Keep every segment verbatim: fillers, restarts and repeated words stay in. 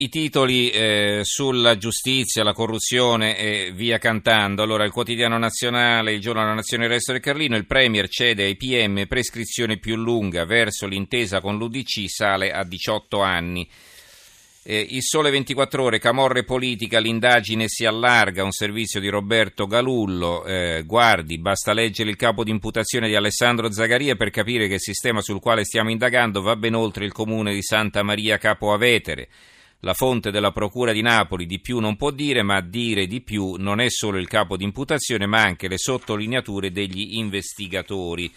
I titoli eh, sulla giustizia, la corruzione e via cantando. Allora, il Quotidiano Nazionale, il Giorno della Nazione, il Resto del Carlino, il Premier cede ai P M, prescrizione più lunga, verso l'intesa con l'U D C sale a diciotto anni. Eh, il Sole ventiquattro Ore, camorre politica, l'indagine si allarga, un servizio di Roberto Galullo, eh, guardi, basta leggere il capo di imputazione di Alessandro Zagaria per capire che il sistema sul quale stiamo indagando va ben oltre il comune di Santa Maria Capo Avetere. La fonte della Procura di Napoli di più non può dire, ma dire di più non è solo il capo di imputazione, ma anche le sottolineature degli investigatori.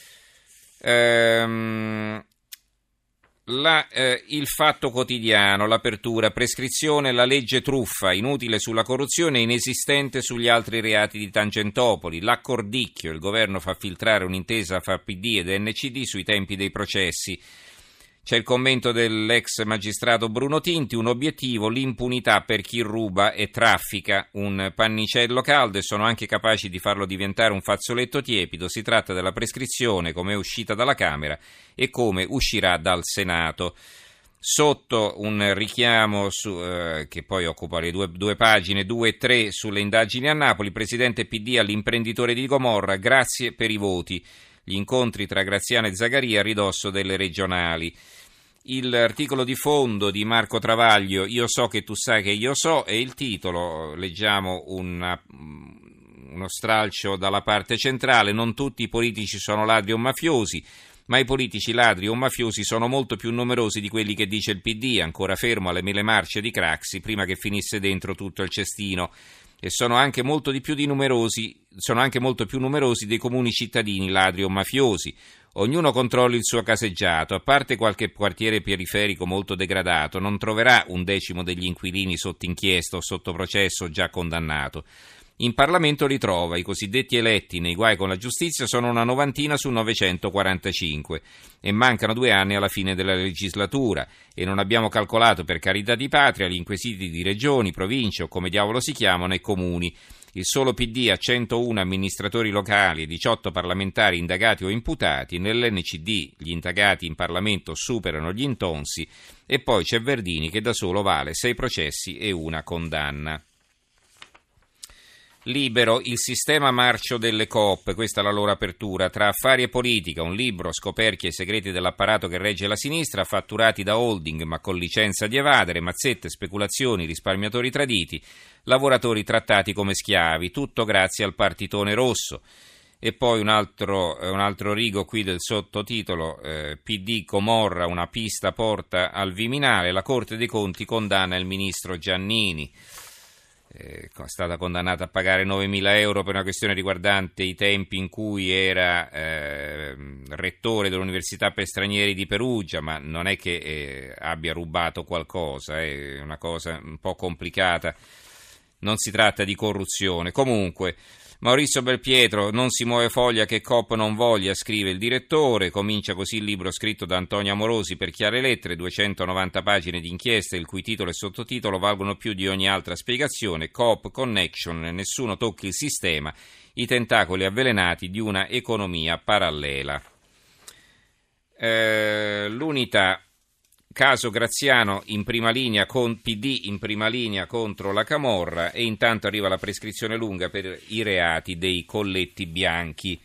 Ehm, la, eh, il Fatto Quotidiano, l'apertura, prescrizione, la legge truffa, inutile sulla corruzione e inesistente sugli altri reati di Tangentopoli. L'accordicchio, il governo fa filtrare un'intesa fra P D ed N C D sui tempi dei processi. C'è il commento dell'ex magistrato Bruno Tinti, un obiettivo, l'impunità per chi ruba e traffica, un pannicello caldo e sono anche capaci di farlo diventare un fazzoletto tiepido. Si tratta della prescrizione come è uscita dalla Camera e come uscirà dal Senato. Sotto un richiamo su, eh, che poi occupa le due, due pagine, due e tre, sulle indagini a Napoli, presidente P D all'imprenditore di Gomorra, grazie per i voti. Gli incontri tra Graziano e Zagaria a ridosso delle regionali. L'articolo di fondo di Marco Travaglio, io so che tu sai che io so, e il titolo, leggiamo una, uno stralcio dalla parte centrale, non tutti i politici sono ladri o mafiosi, ma i politici ladri o mafiosi sono molto più numerosi di quelli che dice il P D, ancora fermo alle mele marce di Craxi prima che finisse dentro tutto il cestino. E sono anche molto di più di numerosi, sono anche molto più numerosi dei comuni cittadini ladri o mafiosi. Ognuno controlli il suo caseggiato, a parte qualche quartiere periferico molto degradato, non troverà un decimo degli inquilini sotto inchiesta o sotto processo già condannato. In Parlamento li trova, i cosiddetti eletti nei guai con la giustizia sono una novantina su novecentoquarantacinque e mancano due anni alla fine della legislatura e non abbiamo calcolato per carità di patria gli inquisiti di regioni, province o come diavolo si chiamano e comuni. Il solo P D ha centouno amministratori locali e diciotto parlamentari indagati o imputati, nell'N C D gli indagati in Parlamento superano gli intonsi e poi c'è Verdini che da solo vale sei processi e una condanna. Libero, il sistema marcio delle coop, questa è la loro apertura, tra affari e politica, un libro, scoperchi e segreti dell'apparato che regge la sinistra, fatturati da holding ma con licenza di evadere, mazzette, speculazioni, risparmiatori traditi, lavoratori trattati come schiavi, tutto grazie al partitone rosso. E poi un altro, un altro rigo qui del sottotitolo, eh, P D Gomorra, una pista porta al Viminale, la Corte dei Conti condanna il ministro Giannini. È stata condannata a pagare novemila euro per una questione riguardante i tempi in cui era eh, rettore dell'Università per Stranieri di Perugia, ma non è che eh, abbia rubato qualcosa, è una cosa un po' complicata, non si tratta di corruzione. Comunque, Maurizio Belpietro, non si muove foglia che Coop non voglia, scrive il direttore, comincia così il libro scritto da Antonio Amorosi per Chiare Lettere, duecentonovanta pagine di inchieste, il cui titolo e sottotitolo valgono più di ogni altra spiegazione, Coop Connection, nessuno tocchi il sistema, i tentacoli avvelenati di una economia parallela. Eh, l'Unità, caso Graziano in prima linea, con P D in prima linea contro la camorra e intanto arriva la prescrizione lunga per i reati dei colletti bianchi.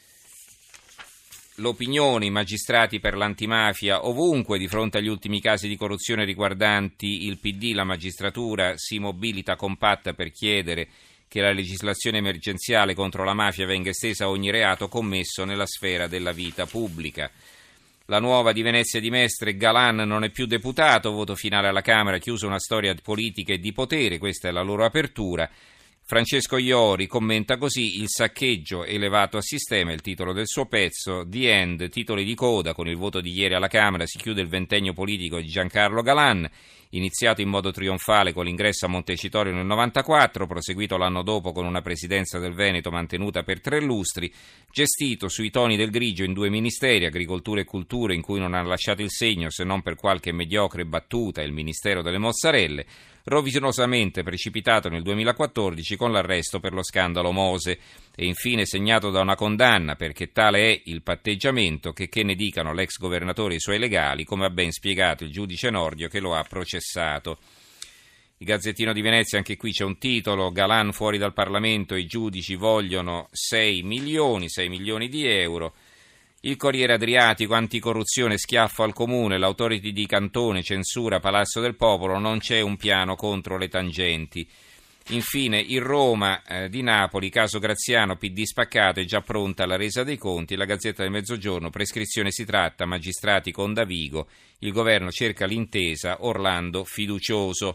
L'opinione, i magistrati per l'antimafia ovunque di fronte agli ultimi casi di corruzione riguardanti il P D, la magistratura si mobilita compatta per chiedere che la legislazione emergenziale contro la mafia venga estesa a ogni reato commesso nella sfera della vita pubblica. La nuova di Venezia di Mestre, Galan non è più deputato, voto finale alla Camera, chiusa una storia politica e di potere, questa è la loro apertura. Francesco Iori commenta così: il saccheggio elevato a sistema, il titolo del suo pezzo, The End, titoli di coda, con il voto di ieri alla Camera si chiude il ventennio politico di Giancarlo Galan, iniziato in modo trionfale con l'ingresso a Montecitorio nel novantaquattro, proseguito l'anno dopo con una presidenza del Veneto mantenuta per tre lustri, gestito sui toni del grigio in due ministeri, agricoltura e cultura, in cui non ha lasciato il segno se non per qualche mediocre battuta, il Ministero delle Mozzarelle, rovinosamente precipitato nel duemilaquattordici con l'arresto per lo scandalo Mose e infine segnato da una condanna, perché tale è il patteggiamento, che che ne dicano l'ex governatore e i suoi legali, come ha ben spiegato il giudice Nordio che lo ha processato. Il Gazzettino di Venezia, anche qui c'è un titolo: Galan fuori dal Parlamento, i giudici vogliono sei milioni, sei milioni di euro. Il Corriere Adriatico, anticorruzione, schiaffo al comune, l'autority di Cantone, censura Palazzo del Popolo, non c'è un piano contro le tangenti. Infine il Roma eh, di Napoli, caso Graziano, P D spaccato, è già pronta la resa dei conti. La Gazzetta del Mezzogiorno, prescrizione si tratta, magistrati con Davigo, il governo cerca l'intesa, Orlando fiducioso.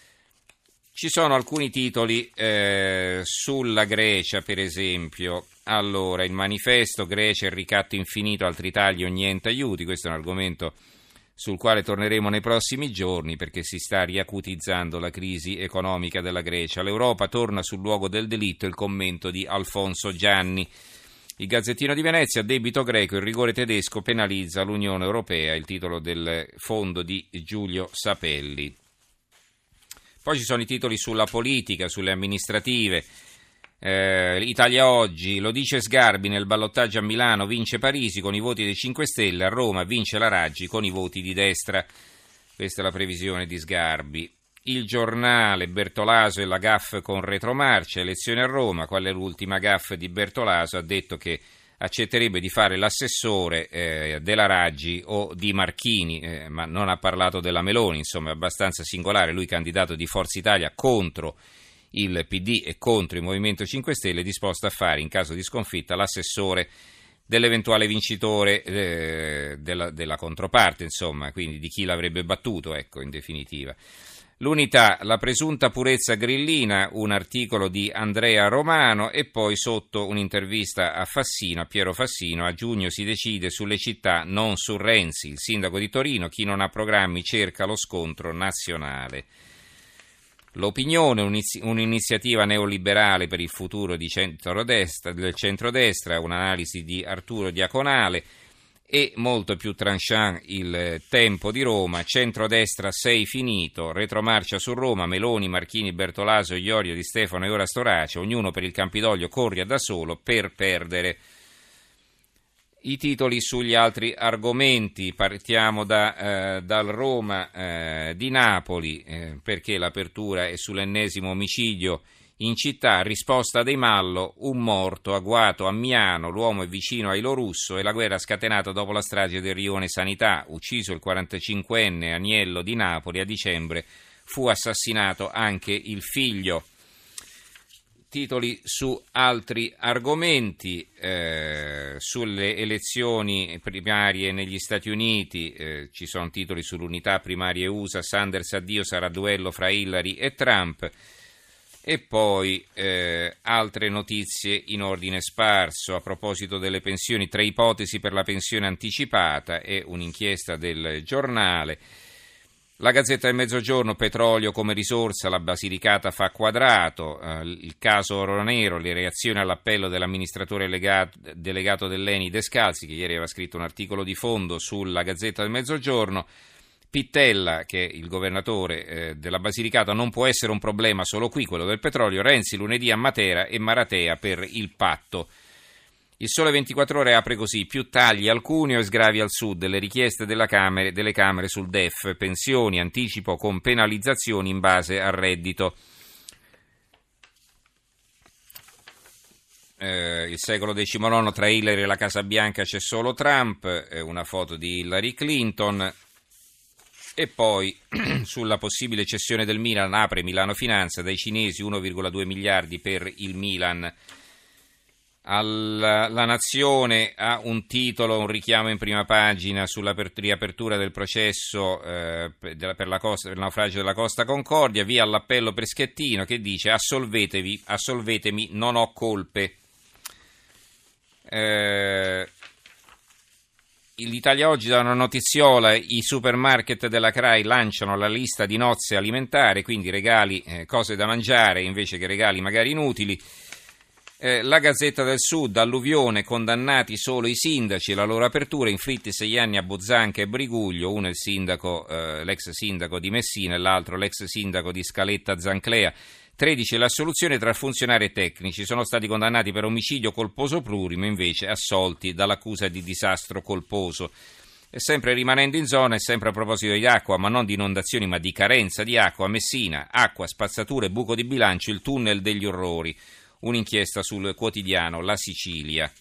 Ci sono alcuni titoli eh, sulla Grecia, per esempio. Allora, il Manifesto, Grecia, il ricatto infinito, altri tagli o niente aiuti. Questo è un argomento sul quale torneremo nei prossimi giorni, perché si sta riacutizzando la crisi economica della Grecia. L'Europa torna sul luogo del delitto, il commento di Alfonso Gianni. Il Gazzettino di Venezia, debito greco, il rigore tedesco penalizza l'Unione Europea, il titolo del fondo di Giulio Sapelli. Poi ci sono i titoli sulla politica, sulle amministrative. Eh, Italia Oggi, lo dice Sgarbi, nel ballottaggio a Milano vince Parisi con i voti dei cinque Stelle, a Roma vince la Raggi con i voti di destra. Questa è la previsione di Sgarbi. Il Giornale, Bertolaso e la gaffe con retromarcia, elezioni a Roma, qual è l'ultima gaffe di Bertolaso? Ha detto che accetterebbe di fare l'assessore eh, della Raggi o di Marchini, eh, ma non ha parlato della Meloni, insomma è abbastanza singolare, lui candidato di Forza Italia contro il P D e contro il Movimento cinque Stelle, disposto a fare in caso di sconfitta l'assessore dell'eventuale vincitore eh, della, della controparte, insomma, quindi di chi l'avrebbe battuto, ecco, in definitiva. L'Unità, la presunta purezza grillina, un articolo di Andrea Romano e poi sotto un'intervista a Fassino, a Piero Fassino. A giugno si decide sulle città, non su Renzi. Il sindaco di Torino, chi non ha programmi cerca lo scontro nazionale. L'Opinione, un'iniziativa neoliberale per il futuro di centrodestra, del centrodestra, un'analisi di Arturo Diaconale. E molto più tranchant il Tempo di Roma, centrodestra sei finito, retromarcia su Roma, Meloni, Marchini, Bertolaso, Iorio, Di Stefano e ora Storace, ognuno per il Campidoglio corre da solo per perdere. I titoli sugli altri argomenti, partiamo da, eh, dal Roma eh, di Napoli, eh, perché l'apertura è sull'ennesimo omicidio in città, risposta dei Mallo, un morto, agguato a Miano, l'uomo è vicino a Ilo Russo e la guerra scatenata dopo la strage del Rione Sanità, ucciso il quarantacinquenne Aniello di Napoli, a dicembre fu assassinato anche il figlio. Titoli su altri argomenti, eh, sulle elezioni primarie negli Stati Uniti, eh, ci sono titoli sull'unità primarie U S A, Sanders addio, sarà duello fra Hillary e Trump. E poi eh, altre notizie in ordine sparso a proposito delle pensioni, tre ipotesi per la pensione anticipata e un'inchiesta del Giornale. La Gazzetta del Mezzogiorno, petrolio come risorsa, la Basilicata fa quadrato, eh, il caso Oro Nero, le reazioni all'appello dell'amministratore legato, delegato dell'Eni Descalzi, che ieri aveva scritto un articolo di fondo sulla Gazzetta del Mezzogiorno. Pittella, che è il governatore eh, della Basilicata, non può essere un problema solo qui, quello del petrolio. Renzi lunedì a Matera e Maratea per il patto. Il Sole ventiquattro Ore apre così: più tagli al Cuneo e sgravi al Sud, le richieste della camere, delle Camere sul D E F, pensioni, anticipo con penalizzazioni in base al reddito. Eh, il Secolo diciannove, tra Hillary e la Casa Bianca c'è solo Trump, eh, una foto di Hillary Clinton. E poi sulla possibile cessione del Milan, apre Milano Finanza, dai cinesi uno virgola due miliardi per il Milan. Alla, la Nazione ha un titolo, un richiamo in prima pagina sulla riapertura del processo eh, per, per, la costa, per il naufragio della Costa Concordia, via all'appello per Schettino che dice assolvetevi, assolvetemi, non ho colpe. Eh, L'Italia Oggi dà una notiziola: i supermarket della C R A I lanciano la lista di nozze alimentari, quindi regali, eh, cose da mangiare invece che regali magari inutili. Eh, la Gazzetta del Sud, alluvione, condannati solo i sindaci, la loro apertura, inflitti sei anni a Bozzanca e Briguglio, uno è il sindaco, eh, l'ex sindaco di Messina e l'altro l'ex sindaco di Scaletta Zanclea. tredici la soluzione tra funzionari e tecnici, sono stati condannati per omicidio colposo plurimo, invece assolti dall'accusa di disastro colposo. E sempre rimanendo in zona e sempre a proposito di acqua, ma non di inondazioni ma di carenza di acqua, Messina, acqua, spazzature, buco di bilancio, il tunnel degli orrori. Un'inchiesta sul quotidiano La Sicilia.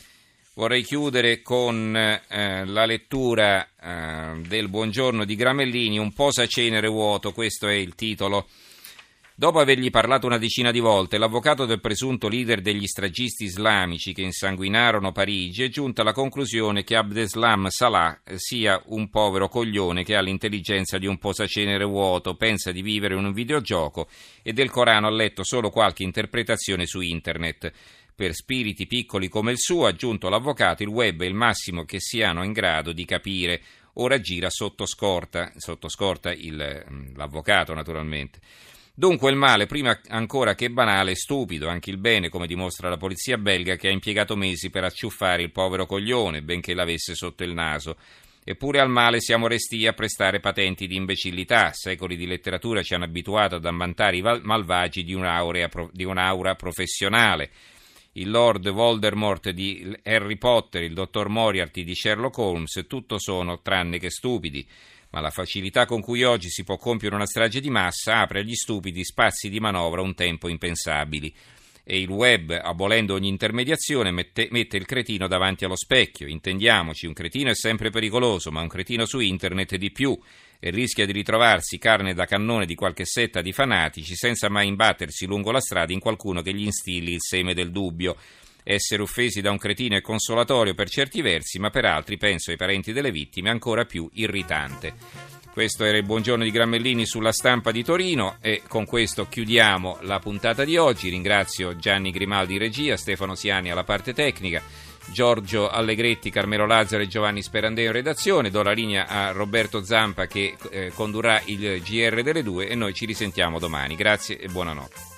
Vorrei chiudere con eh, la lettura eh, del Buongiorno di Gramellini, un posacenere vuoto, questo è il titolo. Dopo avergli parlato una decina di volte, l'avvocato del presunto leader degli stragisti islamici che insanguinarono Parigi è giunto alla conclusione che Abdeslam Salah sia un povero coglione che ha l'intelligenza di un posacenere vuoto, pensa di vivere in un videogioco e del Corano ha letto solo qualche interpretazione su internet. Per spiriti piccoli come il suo, ha aggiunto l'avvocato, il web è il massimo che siano in grado di capire. Ora gira sotto scorta, sotto scorta il, l'avvocato naturalmente. Dunque il male, prima ancora che banale, è stupido, anche il bene, come dimostra la polizia belga che ha impiegato mesi per acciuffare il povero coglione, benché l'avesse sotto il naso. Eppure al male siamo restii a prestare patenti di imbecillità. Secoli di letteratura ci hanno abituato ad ammantare i malvagi di un'aura, di un'aura professionale. Il Lord Voldemort di Harry Potter, il dottor Moriarty di Sherlock Holmes, tutto sono tranne che stupidi. Ma la facilità con cui oggi si può compiere una strage di massa apre agli stupidi spazi di manovra un tempo impensabili. E il web, abolendo ogni intermediazione, mette, mette il cretino davanti allo specchio. Intendiamoci, un cretino è sempre pericoloso, ma un cretino su internet è di più e rischia di ritrovarsi carne da cannone di qualche setta di fanatici senza mai imbattersi lungo la strada in qualcuno che gli instilli il seme del dubbio. Essere offesi da un cretino è consolatorio per certi versi, ma per altri, penso ai parenti delle vittime, ancora più irritante. Questo era il Buongiorno di Gramellini sulla Stampa di Torino e con questo chiudiamo la puntata di oggi. Ringrazio Gianni Grimaldi in regia, Stefano Siani alla parte tecnica, Giorgio Allegretti, Carmelo Lazzaro e Giovanni Sperandeo in redazione. Do la linea a Roberto Zampa che eh, condurrà il G R delle due e noi ci risentiamo domani. Grazie e buonanotte.